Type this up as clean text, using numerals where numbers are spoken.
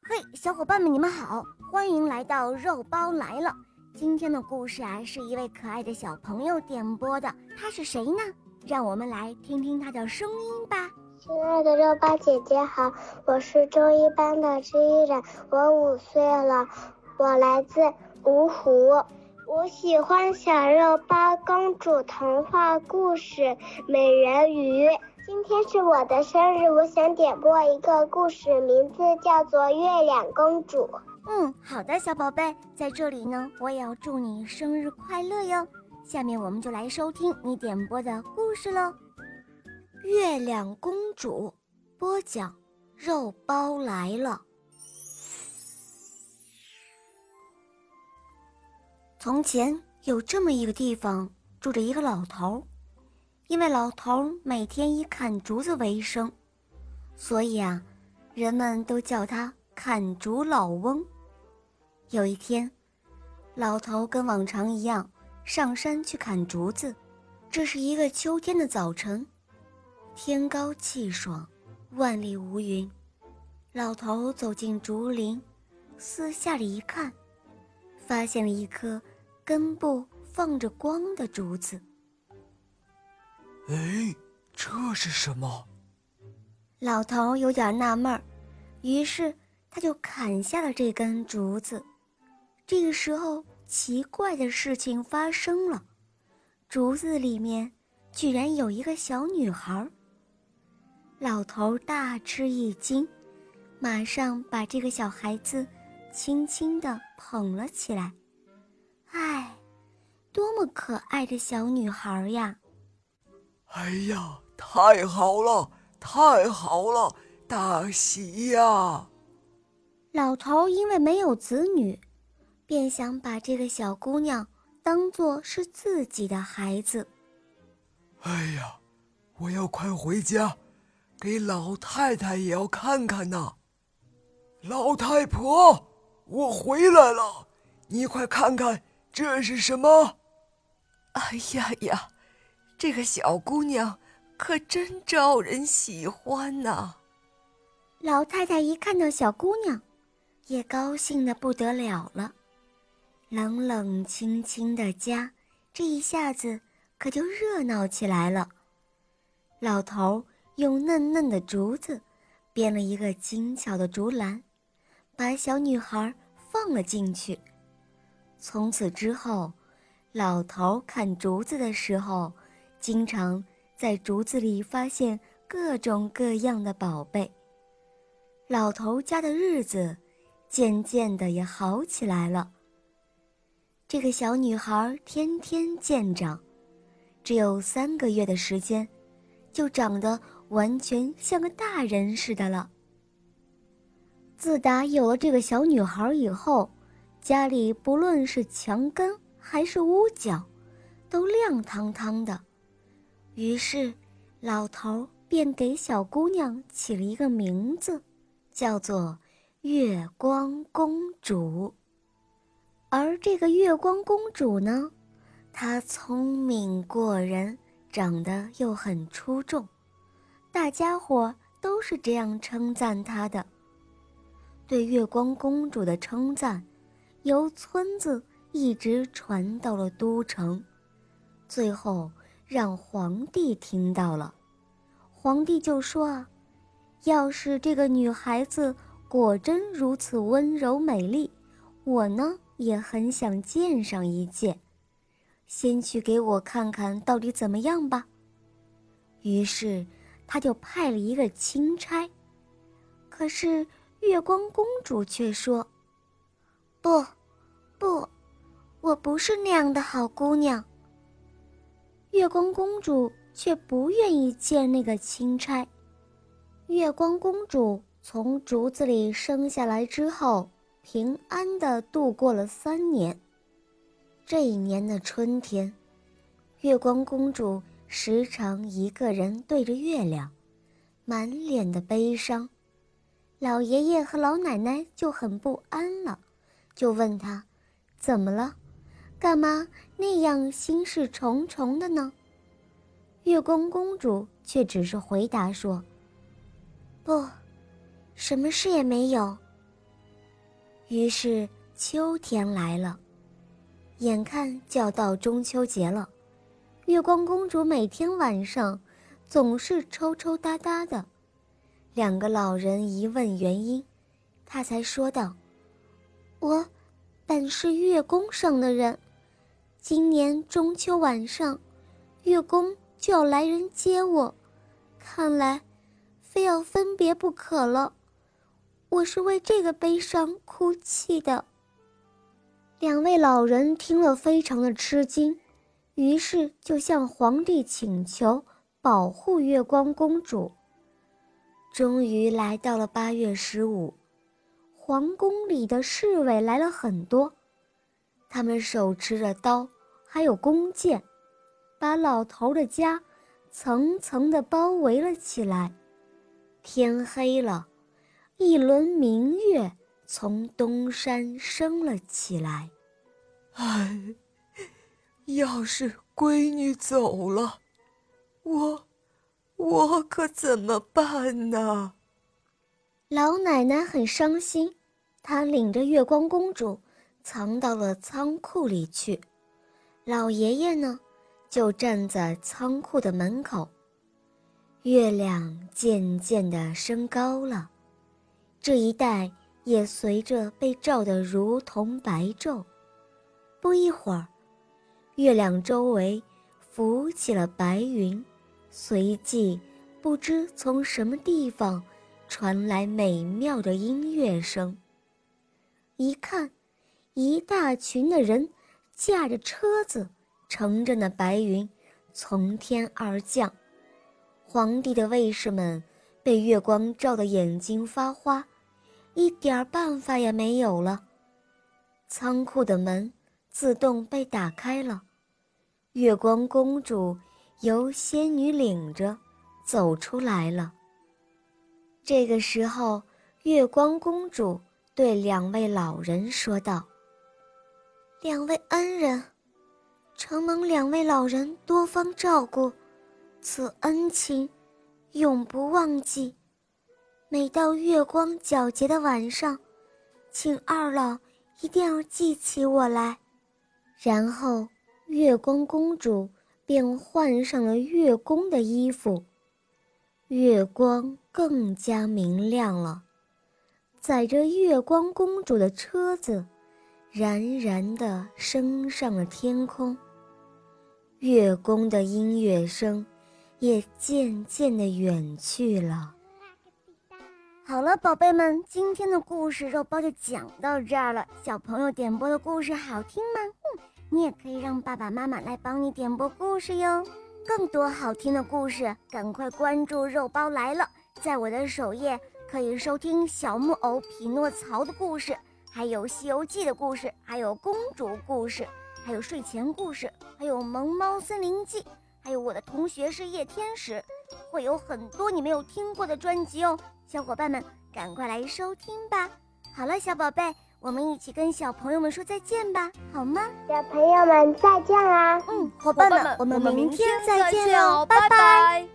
嘿，小伙伴们，你们好，欢迎来到肉包来了。今天的故事是一位可爱的小朋友点播的，他是谁呢？让我们来听听他的声音吧。 亲爱的肉包姐姐好，我是中一班的知依然，我5岁了，我来自芜湖。我喜欢小肉包公主童话故事《美人鱼》。今天是我的生日，我想点播一个故事，名字叫做《月亮公主》。 好的，小宝贝，在这里呢，我也要祝你生日快乐哟。下面我们就来收听你点播的故事喽。月亮公主，播讲肉包来了。从前有这么一个地方，住着一个老头。因为老头每天以砍竹子为生，所以人们都叫他砍竹老翁。有一天，老头跟往常一样上山去砍竹子。这是一个秋天的早晨，天高气爽，万里无云。老头走进竹林，四下里一看，发现了一棵根部放着光的竹子。 哎，这是什么？ 老头有点纳闷儿，于是他就砍下了这根竹子。这个时候，奇怪的事情发生了，竹子里面居然有一个小女孩。老头大吃一惊，马上把这个小孩子轻轻地捧了起来。哎，多么可爱的小女孩呀！ 哎呀，太好了，太好了，大喜呀！ 老头因为没有子女，便想把这个小姑娘当作是自己的孩子。 哎呀，我要快回家，给老太太也要看看呐。老太婆，我回来了，你快看看这是什么？ 哎呀呀，这个小姑娘可真招人喜欢呐！ 老太太一看到小姑娘，也高兴得不得了了。冷冷清清的家，这一下子可就热闹起来了。老头用嫩嫩的竹子编了一个精巧的竹篮，把小女孩放了进去。从此之后，老头砍竹子的时候，经常在竹子里发现各种各样的宝贝。老头家的日子渐渐的也好起来了。这个小女孩天天渐长，只有3个月的时间，就长得完全像个大人似的了。自打有了这个小女孩以后，家里不论是墙根还是屋角，都亮堂堂的。于是，老头便给小姑娘起了一个名字，叫做月光公主。而这个月光公主呢，她聪明过人，长得又很出众，大家伙都是这样称赞她的。对月光公主的称赞，由村子一直传到了都城，最后让皇帝听到了。皇帝就说要是这个女孩子果真如此温柔美丽，我呢也很想见上一见，先去给我看看到底怎么样吧。于是他就派了一个钦差。可是月光公主却说，不，我不是那样的好姑娘。月光公主却不愿意见那个钦差。月光公主从竹子里生下来之后，平安地度过了3年。这一年的春天，月光公主时常一个人对着月亮，满脸的悲伤。老爷爷和老奶奶就很不安了，就问她怎么了，干嘛那样心事重重的呢？月光公主却只是回答说，不，什么事也没有， 于是秋天来了，眼看就要到中秋节了，月光公主每天晚上总是抽抽搭搭的。两个老人一问原因，她才说道：“我本是月宫上的人，今年中秋晚上，月宫就要来人接我，看来非要分别不可了。我是为这个悲伤哭泣的。”两位老人听了非常的吃惊，于是就向皇帝请求保护月光公主。终于来到了8月15，皇宫里的侍卫来了很多，他们手持着刀还有弓箭，把老头的家层层地包围了起来。天黑了，一轮明月从东山升了起来。 唉，要是闺女走了，我可怎么办呢？ 老奶奶很伤心，她领着月光公主藏到了仓库里去。老爷爷呢，就站在仓库的门口。月亮渐渐地升高了，这一带也随着被照得如同白昼。不一会儿，月亮周围浮起了白云，随即不知从什么地方传来美妙的音乐声。一看，一大群的人驾着车子，乘着那白云从天而降。皇帝的卫士们被月光照得眼睛发花，一点办法也没有了。仓库的门自动被打开了，月光公主由仙女领着走出来了。这个时候，月光公主对两位老人说道：“两位恩人，承蒙两位老人多方照顾，此恩情永不忘记。每到月光皎洁的晚上，请二老一定要记起我来。”然后月光公主便换上了月宫的衣服，月光更加明亮了。载着月光公主的车子冉冉地升上了天空，月宫的音乐声也渐渐地远去了。好了，宝贝们，今天的故事肉包就讲到这儿了。小朋友点播的故事好听吗？你也可以让爸爸妈妈来帮你点播故事哟。更多好听的故事，赶快关注肉包来了，在我的首页可以收听小木偶匹诺曹的故事，还有西游记的故事，还有公主故事，还有睡前故事，还有萌猫森林记，还有我的同学是夜天使，会有很多你没有听过的专辑哦，小伙伴们赶快来收听吧。好了，小宝贝，我们一起跟小朋友们说再见吧，好吗？ 小朋友们再见啦！ 伙伴们，我们明天再见喽，拜拜。